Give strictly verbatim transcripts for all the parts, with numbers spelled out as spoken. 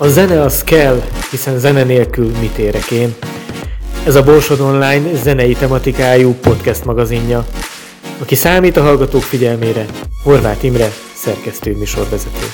A zene az kell, hiszen zene nélkül mit érek én. Ez a Borsod Online zenei tematikájú podcast magazinja. Aki számít a hallgatók figyelmére, Horváth Imre, szerkesztő műsorvezető.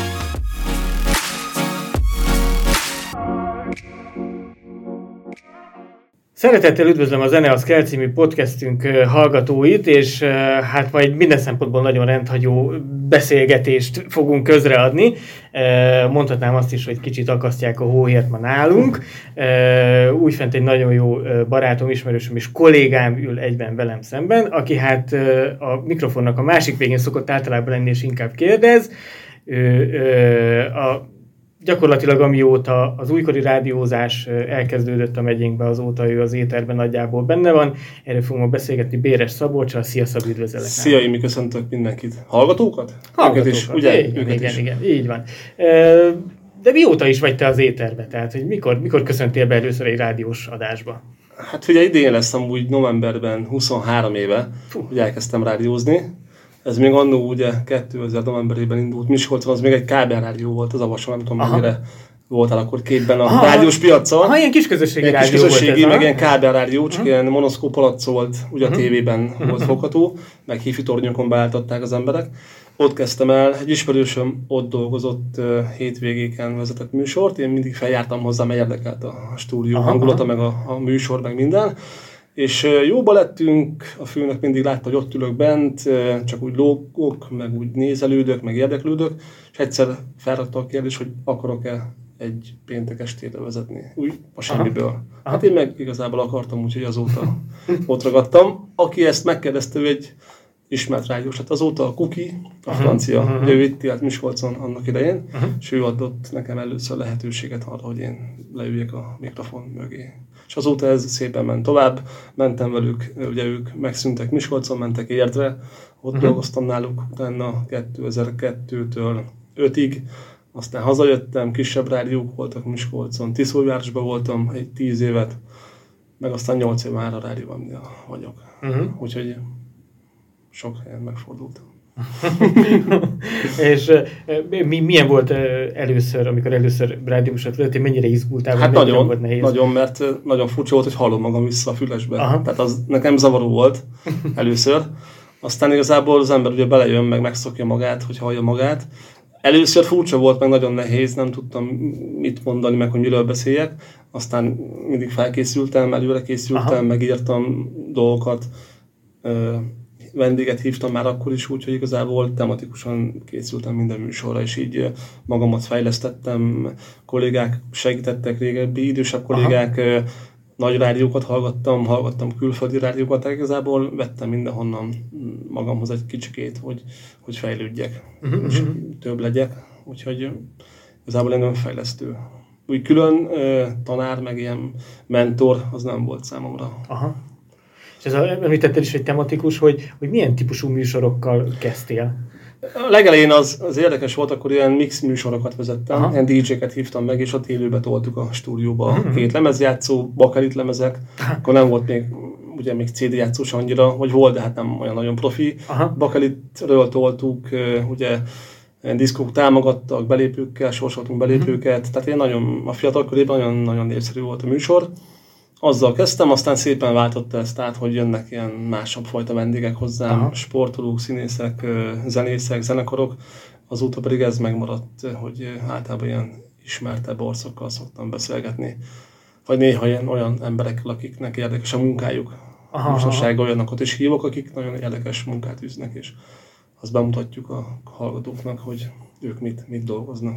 Szeretettel üdvözlöm a Zene az kell című podcastünk hallgatóit, és hát majd minden szempontból nagyon rendhagyó beszélgetést fogunk közreadni. Mondhatnám azt is, hogy kicsit akasztják a hóhért ma nálunk. Újfent egy nagyon jó barátom, ismerősöm és kollégám ül egyben velem szemben, aki hát a mikrofonnak a másik végén szokott általában lenni, és inkább kérdez. A Gyakorlatilag amióta az újkori rádiózás elkezdődött a megyénkbe, azóta ő az éterben nagyjából benne van. Erről fogunk beszélgetni Béres Szabolccsal. Szia Szabi, üdvözöllek! Szia, Imi, köszöntök mindenkit. Hallgatókat? Hallgatókat, is, ugye? Igen, igen, is. igen, így van. De mióta is vagy te az éterbe? Tehát, hogy mikor, mikor köszöntél be először egy rádiós adásba? Hát ugye idén lesz amúgy novemberben huszonhárom éve, Fuh. hogy elkezdtem rádiózni. Ez még annó ugye kétezer novemberében indult Miskolcon, az még egy kábelrádió volt, az avasson, nem tudom, Aha. mennyire voltál akkor képben a Aha. rádiós piacon. Aha, ilyen kisközösségi rádió volt ez. Kisközösségi, meg ilyen kábelrádió, csak ilyen monoszkóp alatt szólt, ugye a Uh-huh. tévében uh-huh. volt fogható, meg hifi tornyokon beálltatták az emberek. Ott kezdtem el, egy ismerősöm ott dolgozott, uh, hétvégéken vezetett műsort, én mindig feljártam hozzá, mert érdekelt a stúdió Aha. hangulata, meg a, a műsor, meg minden. És jóba lettünk, a főnök mindig látta, hogy ott ülök bent, csak úgy lógok, meg úgy nézelődök, meg érdeklődök, és egyszer felrakta a kérdést, hogy akarok-e egy péntek estére vezetni, úgy a semmiből. Aha. Hát én meg igazából akartam, úgyhogy azóta ott ragadtam. Aki ezt megkérdezte, ő egy ismert rádiós lett azóta, a Kuki, a francia, uh-huh. uh-huh. ő itt járt Miskolcon annak idején, uh-huh. és ő adott nekem először lehetőséget arra, hogy én leüljek a mikrofon mögé. És azóta ez szépen ment tovább, mentem velük, ugye ők megszűntek Miskolcon, mentek Érdre, ott uh-huh. dolgoztam náluk, utána kétezer-kettőtől ötig, aztán hazajöttem, kisebb rádiók voltak Miskolcon, Tiszólyvárosban voltam egy tíz évet, meg aztán nyolc év már a rádióban vagyok. Uh-huh. Úgyhogy sok helyen megfordultam. És mi, milyen volt először, amikor először rádiósat lettél, mennyire izgultál? Hát nagyon, volt nehéz? nagyon, mert nagyon furcsa volt, hogy hallom magam vissza a fülesbe. Aha. Tehát az nekem zavaró volt először. Aztán igazából az ember ugye belejön, meg megszokja magát, hogy hallja magát. Először furcsa volt, meg nagyon nehéz, nem tudtam mit mondani, meg hogy miről beszéljek. Aztán mindig felkészültem, előre készültem, Aha. megírtam dolgokat. Vendéget hívtam már akkor is úgy, hogy igazából tematikusan készültem minden műsorra, és így magamat fejlesztettem, kollégák segítettek, régebbi, idősebb kollégák, Aha. nagy rádiókat hallgattam, hallgattam külföldi rádiókat, igazából vettem mindenhonnan magamhoz egy kicsikét, hogy, hogy fejlődjek, uh-huh. és több legyek, úgyhogy igazából egy nagyon fejlesztő. Úgy külön tanár, meg ilyen mentor, az nem volt számomra. Aha. És ez említetted is egy tematikus, hogy, hogy milyen típusú műsorokkal kezdtél? A legelején az, az érdekes volt, akkor ilyen mix műsorokat vezettem, Aha. ilyen dé dzsé-ket hívtam meg, és ott élőbe toltuk a stúdióba uh-huh. két lemezjátszó, bakelit lemezek, akkor nem volt még, ugye még cé dé játszós annyira, vagy volt, de hát nem olyan nagyon profi. Aha. Bakelitről toltuk, ugye diszkók támogattak, belépőkkel, sorsoltunk belépőket, uh-huh. tehát én nagyon, a fiatalkorében nagyon, nagyon népszerű volt a műsor. Azzal kezdtem, aztán szépen váltotta ezt át, hogy jönnek ilyen másabb fajta vendégek hozzám, Aha. sportolók, színészek, zenészek, zenekarok. Azóta pedig ez megmaradt, hogy általában ilyen ismertebb arcokkal szoktam beszélgetni. Vagy néha ilyen olyan emberekkel, akiknek érdekes a munkájuk. Mostanság olyanokat is hívok, akik nagyon érdekes munkát űznek, és azt bemutatjuk a hallgatóknak, hogy ők mit, mit dolgoznak.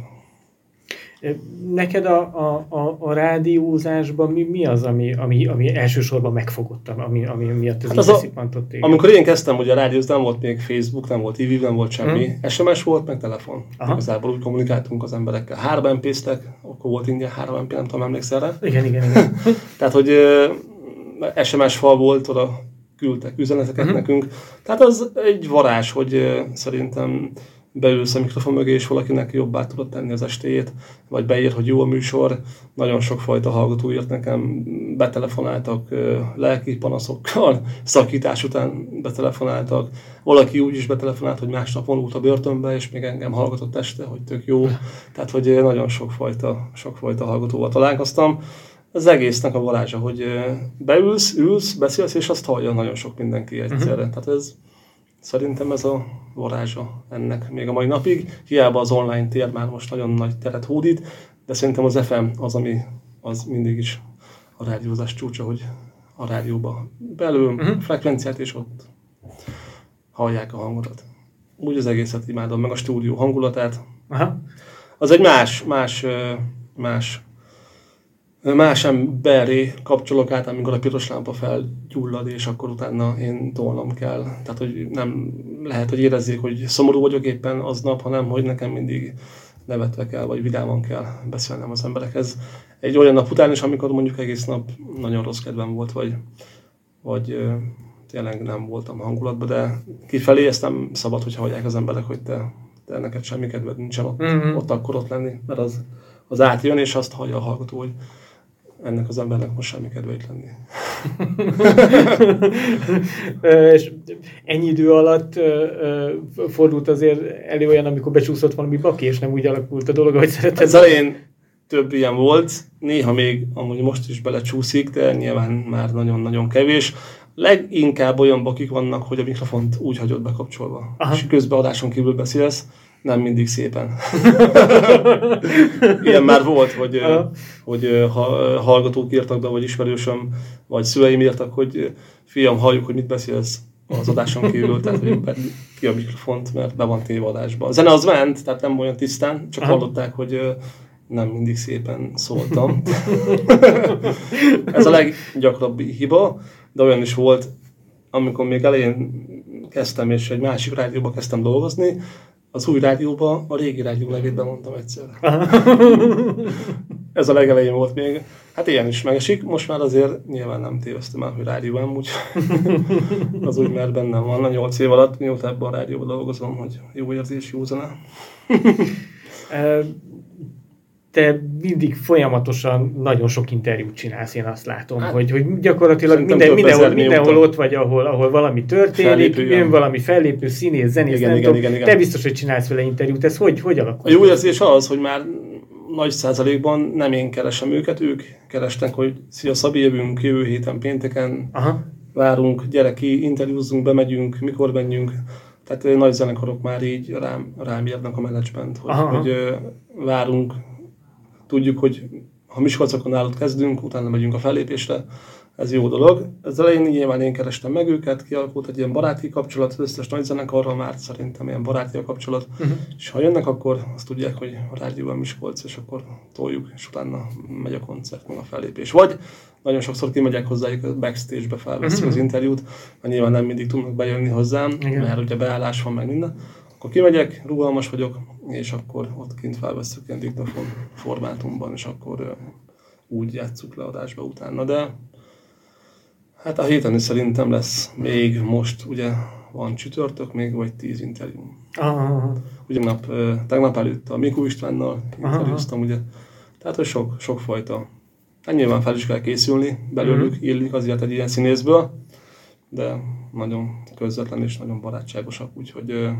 Neked a, a, a, a rádiózásban mi, mi az, ami, ami, ami elsősorban megfogott, ami, ami miatt ez hát így beszippantott téged? Amikor én kezdtem, ugye a rádiózni, nem volt még Facebook, nem volt i vé, nem volt semmi. Hmm. es em es volt, meg telefon. Aha. Igazából úgy kommunikáltunk az emberekkel. három em pé-ztek, akkor volt ingyen három em pé, nem tudom, emlékszel rá? Igen, igen, igen. Tehát, hogy es em es fal volt, oda küldtek üzeneteket uh-huh. nekünk. Tehát az egy varázs, hogy szerintem beülsz a mikrofon mögé, és valakinek jobbá tudod tenni az estéjét, vagy beír, hogy jó a műsor. Nagyon sokfajta hallgató írt nekem, betelefonáltak lelki panaszokkal, szakítás után betelefonáltak. Valaki úgy is betelefonált, hogy másnap vonult a börtönbe, és még engem hallgatott este, hogy tök jó. Tehát, hogy nagyon sokfajta, sokfajta hallgatóval találkoztam. Az egésznek a varázsa, hogy beülsz, ülsz, beszélsz, és azt hallja nagyon sok mindenki egyszerre. Uh-huh. Tehát ez szerintem ez a varázsa ennek még a mai napig. Hiába az online tér már most nagyon nagy teret hódít, de szerintem az ef em az, ami az mindig is a rádiózás csúcsa, hogy a rádióba belül uh-huh. frekvenciát, és ott hallják a hangodat. Úgy az egészet imádom, meg a stúdió hangulatát. Uh-huh. Az egy más, más, más Más emberré kapcsolok át, amikor a piros lámpa felgyullad, és akkor utána én tolnom kell. Tehát, hogy nem lehet, hogy érezzék, hogy szomorú vagyok éppen aznap, hanem hogy nekem mindig nevetve kell, vagy vidáman kell beszélnem az emberekhez. Egy olyan nap után is, amikor mondjuk egész nap nagyon rossz kedvem volt, vagy, vagy ö, tényleg nem voltam hangulatban, de kifelé ezt nem szabad, hogyha hallják az emberek, hogy te, te neked semmi kedved nincsen ott, mm-hmm. ott akkor ott lenni, mert az, az átjön, és azt hallja a hallgató, hogy ennek az embernek most semmi kedve itt lenni. És ennyi idő alatt fordult azért elő olyan, amikor becsúszott valami baki, és nem úgy alakult a dolog, ahogy szereted? Az elején több ilyen volt, néha még amúgy most is belecsúszik, de nyilván már nagyon-nagyon kevés. Leginkább olyan bakik vannak, hogy a mikrofont úgy hagyod bekapcsolva. Aha. És közben adáson kívül beszélsz, nem mindig szépen. Ilyen már volt, hogy, hogy ha, hallgatók írtak be, vagy ismerősöm, vagy szüleim írtak, hogy fiam, halljuk, hogy mit beszélsz az adáson kívül, tehát hogy ki a mikrofont, mert be van téve adásban. A zene az ment, tehát nem olyan tisztán, csak Aha. hallották, hogy nem mindig szépen szóltam. Ez a leggyakrabbi hiba, de olyan is volt, amikor még elején kezdtem, és egy másik rádióba kezdtem dolgozni, az új rádióban a régi rádió nevét bemondtam egyszerre. Ez a legelején volt még. Hát ilyen is megesik. Most már azért nyilván nem téveztem el, hogy rádióban, úgy az úgy már bennem van a nyolc év alatt, mióta ebben a rádióban dolgozom, hogy jó érzés, jó zene. Te mindig folyamatosan nagyon sok interjút csinálsz, én azt látom, hát, hogy, hogy gyakorlatilag minden, mindenhol, mindenhol ott vagy, ahol, ahol valami történik, jön valami fellépő, színész, zenész, igen, nem igen, igen, igen. Te biztos, hogy csinálsz vele interjút, ez hogy, hogy alakul? A jó érzés az, hogy már nagy százalékban nem én keresem őket, ők kerestek, hogy szia Szabi, jövünk jövő héten pénteken, Aha. várunk, gyere ki, interjúzzunk, bemegyünk, mikor menjünk. Tehát nagy zenekarok már így rám, rám írnak a menedzsment, hogy, hogy várunk. Tudjuk, hogy ha Miskolcon nálad kezdünk, utána megyünk a fellépésre, ez jó dolog. Ez elején nyilván én kerestem meg őket, kialakult egy ilyen baráti kapcsolat, az összes nagy zenekarral már szerintem ilyen baráti a kapcsolat, uh-huh. és ha jönnek, akkor azt tudják, hogy a rádióban Miskolc, és akkor toljuk, és utána megy a koncert, meg a fellépés. Vagy nagyon sokszor kimegyek hozzájuk a backstage-be, felveszünk uh-huh. az interjút, mert nyilván nem mindig tudnak bejönni hozzám, igen. mert ugye beállás van, meg minden. Akkor kimegyek, rugalmas vagyok, és akkor ott kint felvesszük ilyen diktafon formátumban, és akkor uh, úgy játsszuk le adásba utána. De hát a héten is szerintem lesz még most, ugye van csütörtök még, vagy tíz interjú. Ugye nap, uh, tegnap előtt a Mikó Istvánnal interjúztam, ugye. Tehát, hogy sok, sok fajta. Hát nyilván fel is kell készülni belőlük, mm-hmm. illik azért egy ilyen színészből, de nagyon közvetlen és nagyon barátságosak, úgyhogy uh,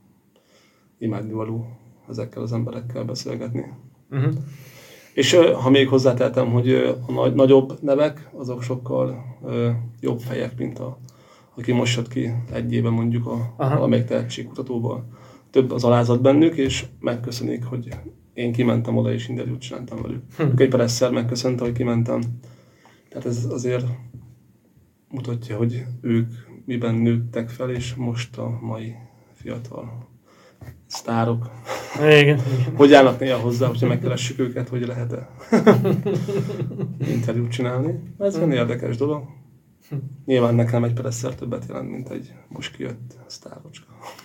imádnivaló ezekkel az emberekkel beszélgetni. Uh-huh. És uh, ha még hozzáteltem, hogy uh, a nagy, nagyobb nevek, azok sokkal uh, jobb fejek, mint a, aki most jött ki egy éve mondjuk a valamelyik tehetségkutatóval. Több az alázat bennük, és megköszönik, hogy én kimentem oda, és interjút csináltam velük. Uh-huh. Egy paresszer megköszönte, hogy kimentem. Tehát ez azért mutatja, hogy ők miben nőttek fel, és most a mai fiatal sztárok. Igen, igen. Hogy állnak néha hozzá, hogyha megkeressük őket, hogy lehet-e interjút csinálni. Ez egy érdekes dolog. Nyilván nekem egy presser többet jelent, mint egy most kijött sztárocska.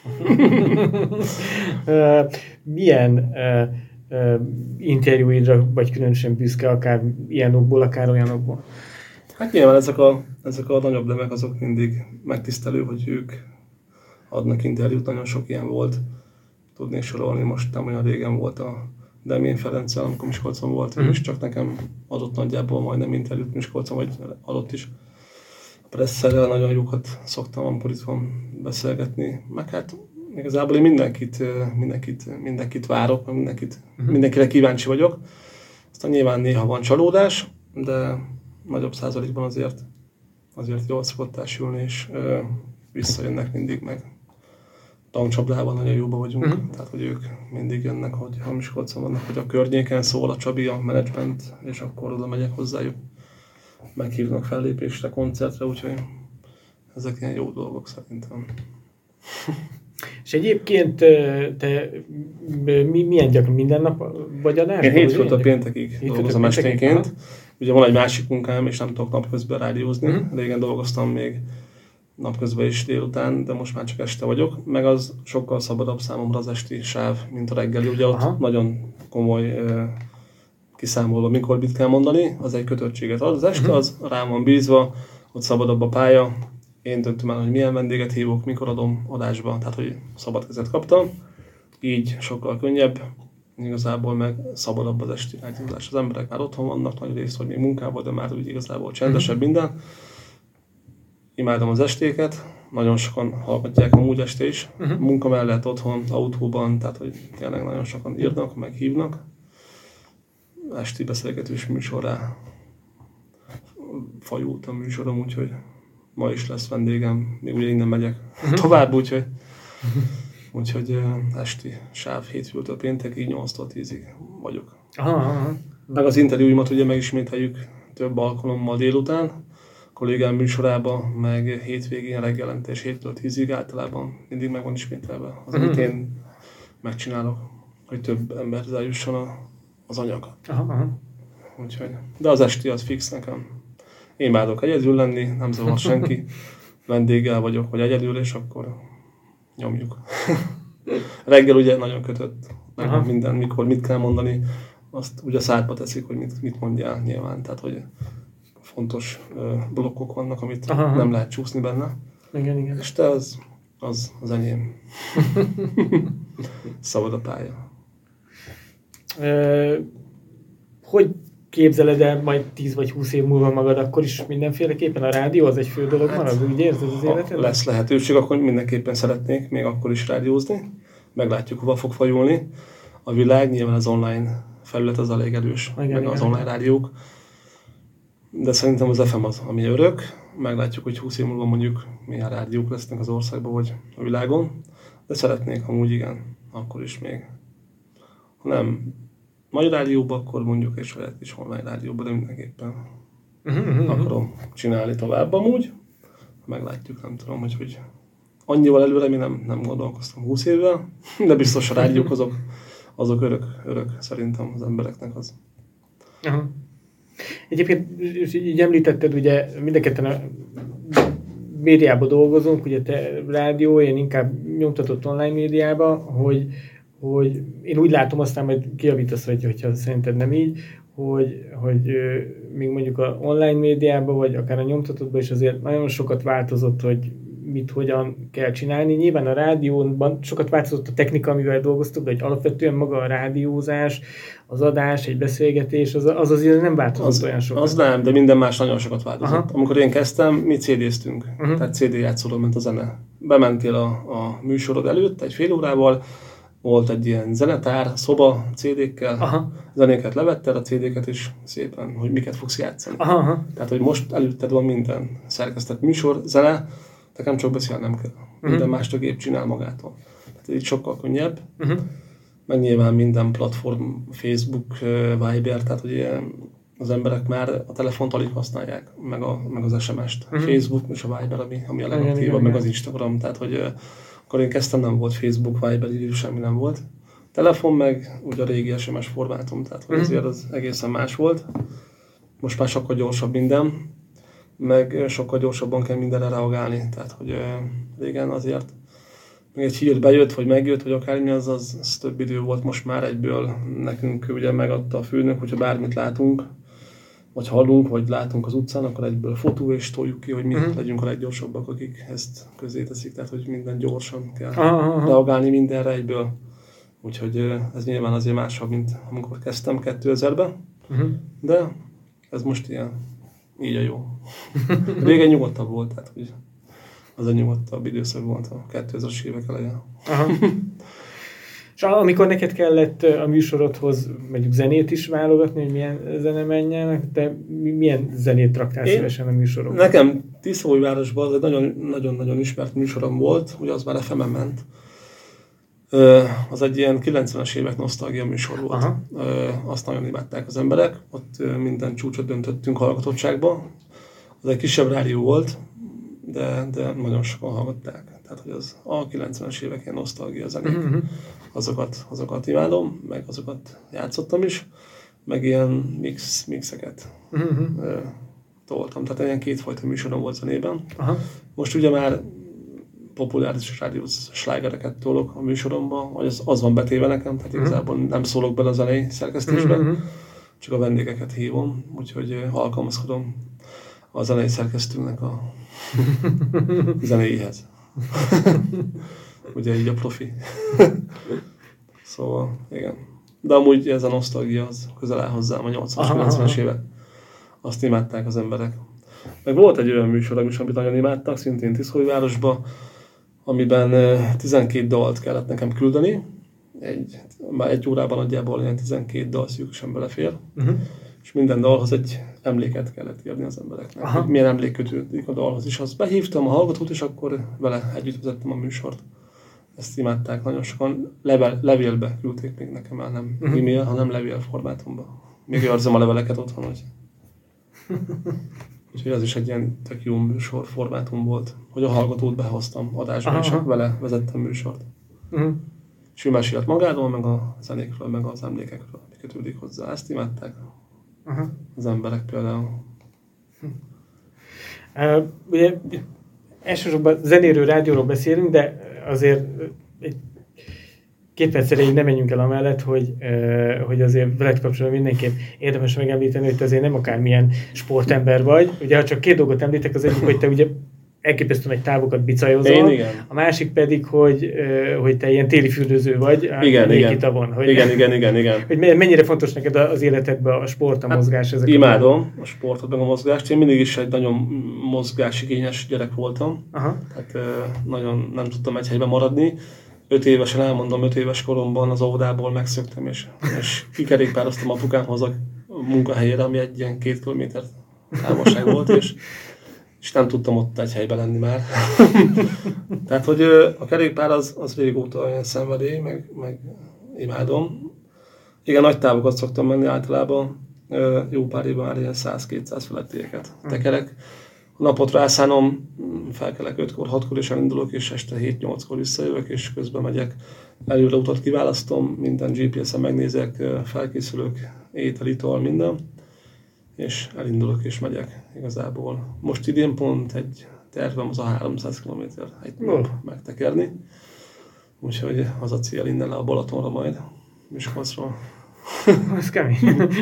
Milyen uh, uh, interjúidra vagy különösen büszke, akár ilyenokból, akár olyanokból? Hát nyilván ezek a, ezek a nagyobb nemek azok mindig megtisztelő, hogy ők adnak interjút, nagyon sok ilyen volt. tudnék sorolni, most nem olyan régen volt a Demén Ferenccel, amikor Miskolcon volt, mm. és csak nekem adott nagyjából majdnem interjút Miskolcon, vagy adott is. A presszerrel nagyon jókat szoktam, amikor itt van beszélgetni, meg hát igazából én mindenkit, mindenkit, mindenkit várok, mindenkit, mm. mindenkire kíváncsi vagyok. Aztán nyilván néha van csalódás, de nagyobb százalékban azért, azért jól szokott társulni, és ö, visszajönnek mindig meg. Tankcsapdában nagyon jóban vagyunk, mm-hmm. tehát hogy ők mindig jönnek, hogy ha Miskolcon vannak, hogy a környéken szól a Csabi, a menedzsment, és akkor oda megyek hozzájuk. Meghívnak fellépésre, koncertre, úgyhogy ezek ilyen jó dolgok szerintem. És egyébként te mi, milyen gyakran minden nap vagy adásban? Én hétfőtől péntekig dolgozom esténként. Ugye van egy másik munkám, és nem tudok napközben rádiózni. Mm-hmm. Régen dolgoztam még napközben is délután, de most már csak este vagyok. Meg az sokkal szabadabb számomra az esti sáv, mint a reggeli. Ugye ott Aha. nagyon komoly uh, kiszámolva, mikor mit kell mondani, az egy kötöttséget ad. Az este az rám van bízva, ott szabadabb a pálya. Én döntöm el, hogy milyen vendéget hívok, mikor adom adásba, tehát hogy szabad kezet kaptam. Így sokkal könnyebb. Igazából meg szabadabb az esti rádiózás. Az emberek már otthon vannak nagy részt, vagy még munkában, de már úgy igazából csendesebb minden. Imádom az estéket, nagyon sokan hallgatják amúgy este is. Uh-huh. Munka mellett otthon, autóban, tehát hogy tényleg nagyon sokan írnak, meg hívnak. Esti beszélgetős műsorrá fajult a műsorom, úgyhogy ma is lesz vendégem, még ugye innen megyek uh-huh. tovább, úgyhogy uh-huh. Úgyhogy uh, esti sáv hétfőtől péntekig, nyolctól tízig vagyok. Aha, aha. Meg az interjúimat ugye megismételjük több alkalommal délután, kollégám műsorában, meg hétvégén reggelente és héttől tízig általában mindig meg van ismételve. Az, amit mm-hmm. én megcsinálok, hogy több emberhez eljusson a, az anyag. Aha, aha. Úgyhogy, de az esti az fix nekem. Én imádok egyedül lenni, nem zavar senki. Vendéggel vagyok, vagy egyedül, és akkor nyomjuk. Reggel ugye nagyon kötött, meg minden, mikor mit kell mondani, azt ugye szádba teszik, hogy mit, mit mondjál nyilván, tehát hogy fontos uh, blokkok vannak, amit aha, nem lehet csúszni benne. Igen, igen. És te az, az, az enyém. Szabad a pálya. Uh, hogy képzeled el majd tíz vagy húsz év múlva magad, akkor is mindenféleképpen a rádió az egy fő dolog hát, marad, úgy érzed az életedben? Lesz lehetőség, akkor mindenképpen szeretnék még akkor is rádiózni. Meglátjuk, hova fog fajulni. A világ, nyilván az online felület az elég erős, igen, meg igen, az online rádiók. De szerintem az ef em az, ami örök. Meglátjuk, hogy húsz év múlva mondjuk milyen rádiók lesznek az országban vagy a világon. De szeretnék amúgy igen, akkor is még. Ha nem nagy rádióban, akkor mondjuk egy saját kis online rádióban, de mindenképpen uh-huh, akarom csinálni tovább amúgy. Meglátjuk, nem tudom, hogy, hogy annyival előre mi nem, nem gondolkoztam húsz évvel, de biztos a rádiók azok, azok örök, örök szerintem az embereknek az. Uh-huh. Egyébként így említetted, ugye mindenketten a médiában dolgozunk, ugye te rádió, én inkább nyomtatott online médiában, hogy, hogy én úgy látom, aztán majd kijavítasz, hogy, hogyha szerinted nem így, hogy, hogy még mondjuk a online médiában, vagy akár a nyomtatottban is azért nagyon sokat változott, hogy mit, hogyan kell csinálni. Nyilván a rádióban sokat változott a technika, amivel dolgoztuk, de hogy alapvetően maga a rádiózás, az adás, egy beszélgetés, az az azért nem változott az, olyan sokat. Az nem, de minden más nagyon sokat változott. Aha. Amikor én kezdtem, mi cé déztünk, uh-huh. tehát cé dé játszóról ment a zene. Bementél a, a műsorod előtt egy fél órával, volt egy ilyen zenetár, szoba cé dékkel, aha. zenéket levetted, a cé déket is szépen, hogy miket fogsz játszani. Aha, aha. Tehát, hogy most előtted van minden szerkesztett műsor, zene, nekem csak beszélnem kell. Uh-huh. Minden mást a gép csinál magától. Tehát így sokkal könnyebb. Uh-huh. Meg nyilván minden platform, Facebook, Viber, tehát hogy az emberek már a telefont alig használják, meg, a, meg az es em est. Uh-huh. Facebook és a Viber, ami, ami a legaktívabb, meg az Instagram. Tehát, hogy akkor én kezdtem, nem volt Facebook, Viber, így semmi nem volt. Telefon meg ugye a régi es em es formátum, tehát hogy uh-huh. azért az egészen más volt. Most már sokkal gyorsabb minden, meg sokkal gyorsabban kell mindenre reagálni. Tehát, hogy uh, régen azért még egy hír bejött, vagy megjött, vagy akármi, az, az, az több idő volt, most már egyből nekünk ugye megadta a főnök, hogyha bármit látunk, vagy hallunk, vagy látunk az utcán, akkor egyből fotó és toljuk ki, hogy mi uh-huh. legyünk a leggyorsabbak, akik ezt közzéteszik, tehát hogy minden gyorsan kell uh-huh. reagálni mindenre egyből. Úgyhogy ez nyilván azért másabb, mint amikor kezdtem kétezerben, uh-huh. de ez most ilyen, így a jó. Régen nyugodtabb volt, tehát hogy az a nyugodtabb időszak volt a kétezres évek elején. Aha. És amikor neked kellett a műsorodhoz mondjuk zenét is válogatni, hogy milyen zene menjen, de milyen zenét raktál Én, szívesen a műsorokban? Nekem Tiszaújvárosban az egy nagyon-nagyon ismert műsorom volt, ugye az már ef emen ment. Az egy ilyen kilencvenes évek nosztalgia műsor volt. Aha. Azt nagyon imádták az emberek, ott minden csúcsot döntöttünk hallgatottságba. Az egy kisebb rádió volt, de, de nagyon sokan hallgatták. Tehát, hogy az a kilencvenes évek ilyen nosztalgia zenék, uh-huh. azokat, azokat imádom, meg azokat játszottam is, meg ilyen mix, mixeket uh-huh. toltam. Tehát ilyen kétfajta műsorom volt zenében. Aha. Most ugye már populáris rádiós slágereket tolok a műsoromban, vagy az, az van betéve nekem, tehát uh-huh. igazából nem szólok bele a zenei szerkesztésbe, uh-huh. csak a vendégeket hívom, úgyhogy alkalmazkodom a zenei szerkesztőnek a zenéihez. Ugye így a profi. Szóval, igen. De amúgy ez a nosztalgia az közel áll hozzám a nyolcvanas-kilencvenes évek. Azt imádták az emberek. Meg volt egy olyan műsor, amit nagyon imádtak, szintén Tiszaújvárosban, amiben tizenkét dalt kellett nekem küldeni. Egy, már egy órában nagyjából ilyen tizenkét dal szűkösen belefér. Uh-huh. És minden dalhoz egy emléket kellett írni az embereknek. Aha. Milyen emlék kötődik a dalhoz is. Azt behívtam a hallgatót, és akkor vele együtt vezettem a műsort. Ezt imádták nagyon sokan. Level, levélbe küldték még nekem el, nem uh-huh. e-mail, hanem levél formátumban. Még őrzöm a leveleket otthon, hogy... Úgyhogy ez is egy ilyen tök jó műsor formátum volt, hogy a hallgatót behoztam adásba, aha, és aha. vele vezettem műsort. Uh-huh. És ő mesélt magáról, meg a zenékről, meg az emlékekről, ami kötődik hozzá. Ezt imádták. Aha. Az emberek például. Uh, ugye elsősorban zenéről, rádióról beszélünk, de azért egy két perc erejéig nem menjünk el amellett, hogy, uh, hogy azért veled kapcsolatban mindenképp érdemes megemlíteni, hogy te azért nem akármilyen sportember vagy. Ugye ha csak két dolgot említek, az egyik, hogy te ugye elképesztően nagy távokat bicajozol, a másik pedig, hogy, hogy te ilyen téli fürdőző vagy, igen, igen. Tavon, hogy, igen, igen, igen, igen. Hogy mennyire fontos neked az életedben a sport, a hát mozgás? Ezek imádom a, a sportot, meg a mozgást. Én mindig is egy nagyon mozgásigényes gyerek voltam. Aha. Tehát nagyon nem tudtam egy helyben maradni. Öt évesen, elmondom, öt éves koromban az óvodából megszöktem, és, és kikerékpároztam apukámhoz a munkahelyére, ami egy ilyen két kilométer távolság volt, és és nem tudtam ott egy helyben lenni már. Tehát, hogy a kerékpár az, az régóta olyan szenvedély, meg, meg imádom. Igen, nagy távokat szoktam menni általában. Jó pár évben már ilyen száz-kétszáz felettieket tekerek. A napot rászánom, felkelek ötkor, hatkor és elindulok, és este hét-nyolckor visszajövök, és közben megyek. Előre utat kiválasztom, minden gé pé es-en megnézek, felkészülök, étel, ital, minden. És elindulok és megyek igazából. Most idén pont egy tervem az a háromszáz kilométer egy nap megtekerni. Úgyhogy az a cél innen le a Balatonra majd, Miskolcról. Ez kemény.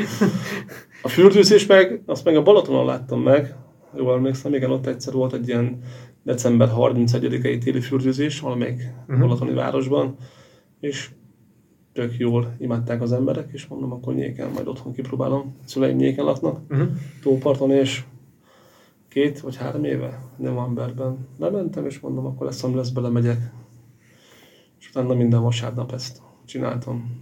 A fürdőzés meg, azt meg a Balatonon láttam meg. Jól emlékszem, igen, ott egyszer volt egy ilyen december harmincegyedikei téli fürdőzés valamelyik uh-huh. balatoni városban. És tök jól imádták az emberek, és mondom, akkor Nyéken, majd otthon kipróbálom. Szüleim Nyéken laknak, uh-huh. tóparton, és két vagy három éve novemberben lementem, és mondom, akkor lesz, ami lesz, belemegyek. És utána minden vasárnap ezt csináltam.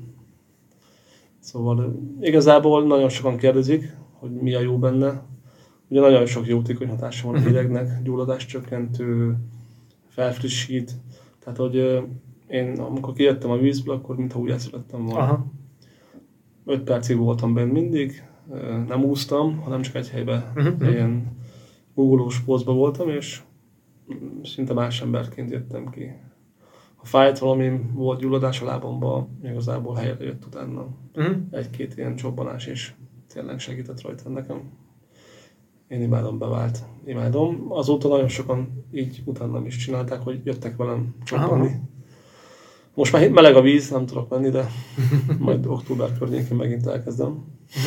Szóval igazából nagyon sokan kérdezik, hogy mi a jó benne. Ugye nagyon sok jótékony hatása van a hidegnek, gyulladáscsökkentő, felfrissít. Tehát, hogy én amikor kijöttem a vízből, akkor mintha újjászülettem volna. Aha. Öt percig voltam benne mindig, nem úsztam, hanem csak egy helyben uh-huh. ilyen gugolós pózban voltam, és szinte más emberként jöttem ki. Ha fájt valami, volt gyulladás a lábomban, igazából helyre jött utána. Uh-huh. Egy-két ilyen csobbanás, és tényleg segített rajta nekem. Én imádom, bevált. Imádom. Azóta nagyon sokan így utána is csinálták, hogy jöttek velem csobbanni. Aha. Most már meleg a víz, nem tudok menni, de majd október környékén megint elkezdem.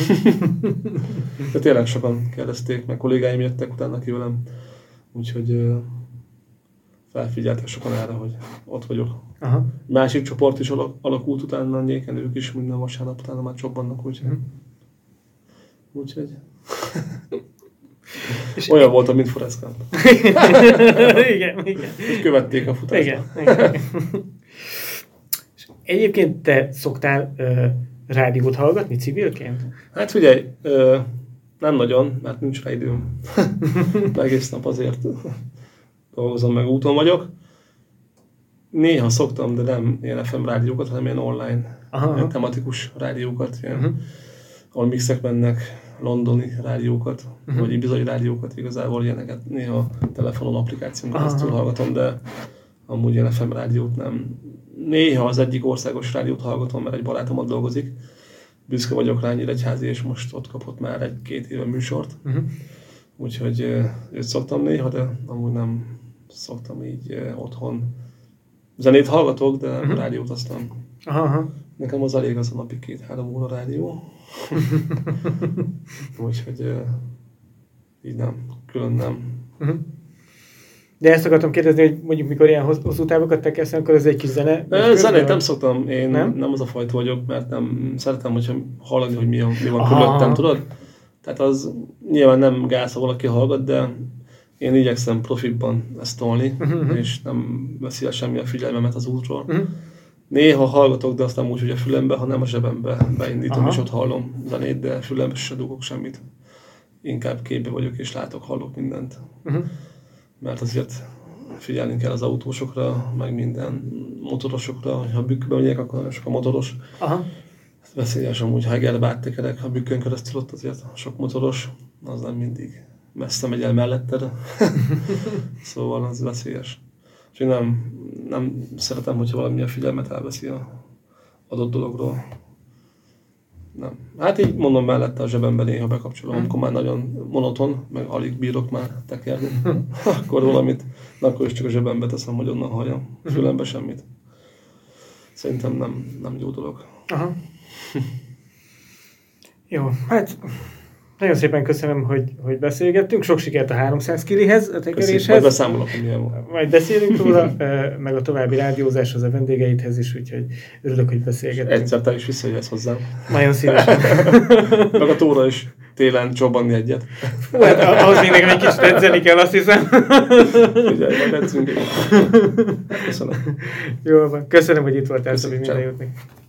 De tényleg sokan kérdezték, meg kollégáim jöttek utána ki velem. Úgyhogy felfigyeltek sokan erre, hogy ott vagyok. Aha. Másik csoport is alakult utána, Nyéken, ők is minden vasárnap utána már csobbannak, úgyhogy... Mm. Úgyhogy... Olyan voltam, mint Forrest Gump. Igen, igen. És követték a futást. Igen, igen. És egyébként te szoktál ö, rádiót hallgatni civilként? Hát figyelj, ö, nem nagyon, mert nincs rá időm. Egész nap azért dolgozom, meg úton vagyok. Néha szoktam, de nem ilyen ef em rádiókat, hanem ilyen online, aha, ilyen tematikus rádiókat, ilyen, uh-huh. ahol mixek mennek, londoni rádiókat, uh-huh. vagy ibizai rádiókat, igazából ilyeneket néha telefonon, applikáción keresztül hallgatom, de amúgy ilyen ef em rádiót nem. Néha az egyik országos rádiót hallgatom, mert egy barátom ott dolgozik. Büszke vagyok rá, Nyíregyházi, és most ott kapott már egy-két éve műsort. Uh-huh. Úgyhogy őt szoktam néha, de amúgy nem szoktam így otthon. Zenét hallgatok, de uh-huh. rádiót aztán. Aha. Nekem az elég az a napi két-három óra rádió. Úgyhogy így nem, külön nem. Uh-huh. De ezt akartam kérdezni, hogy mondjuk mikor ilyen hosszú távokat tekelsz, akkor ez egy kis zene? Ne, zenét nem szoktam, én nem? nem az a fajta vagyok, mert nem szeretem, hogyha hallani, hogy mi, a, mi van aha. körülöttem, tudod? Tehát az nyilván nem gáz, ha valaki hallgat, de én igyekszem profibban ezt tolni, uh-huh. és nem veszi el semmi a figyelmemet az útról. Uh-huh. Néha hallgatok, de azt nem úgy, hogy a fülembe, hanem a zsebembe beindítom, aha. és ott hallom zenét, de fülembe se dugok semmit. Inkább képbe vagyok, és látok, hallok mindent. Uh-huh. Mert azért figyelni kell az autósokra, meg minden motorosokra, ha bükkbe megyek, akkor nagyon sok a motoros. Aha. Veszélyes amúgy, ha egerbe áttekerek a bükkön keresztül, ott azért sok motoros, az nem mindig messze megy el melletted. Szóval az veszélyes. Úgyhogy nem, nem szeretem, hogyha valami a figyelmet elveszi az adott dologról. Nem. Hát így mondom, mellette a zsebemben néha bekapcsolom, amikor már nagyon monoton, meg alig bírok már tekerni. Akkor valamit, de akkor is csak a zsebembe teszem, hogy onnan halljam. Fülembe semmit. Szerintem nem, nem jó dolog. Aha. Jó, hát nagyon szépen köszönöm, hogy, hogy beszélgettünk. Sok sikert a háromszáz kilihez, a tekeréshez. Majd beszámolok, hogy milyen volt. Majd beszélünk róla, meg a további rádiózáshoz, a vendégeidhez is, úgyhogy örülök, hogy beszélgettünk. Egyszer te is visszajössz hozzám. Nagyon szívesen. Meg a tóra is télen csobbanni egyet. Hát ahhoz még nekem egy kicsit edzeni kell, azt hiszem. Figyelj, majd edzünk egyet. Köszönöm. Jó van. Köszönöm, hogy itt voltál, Szabi, minden jót.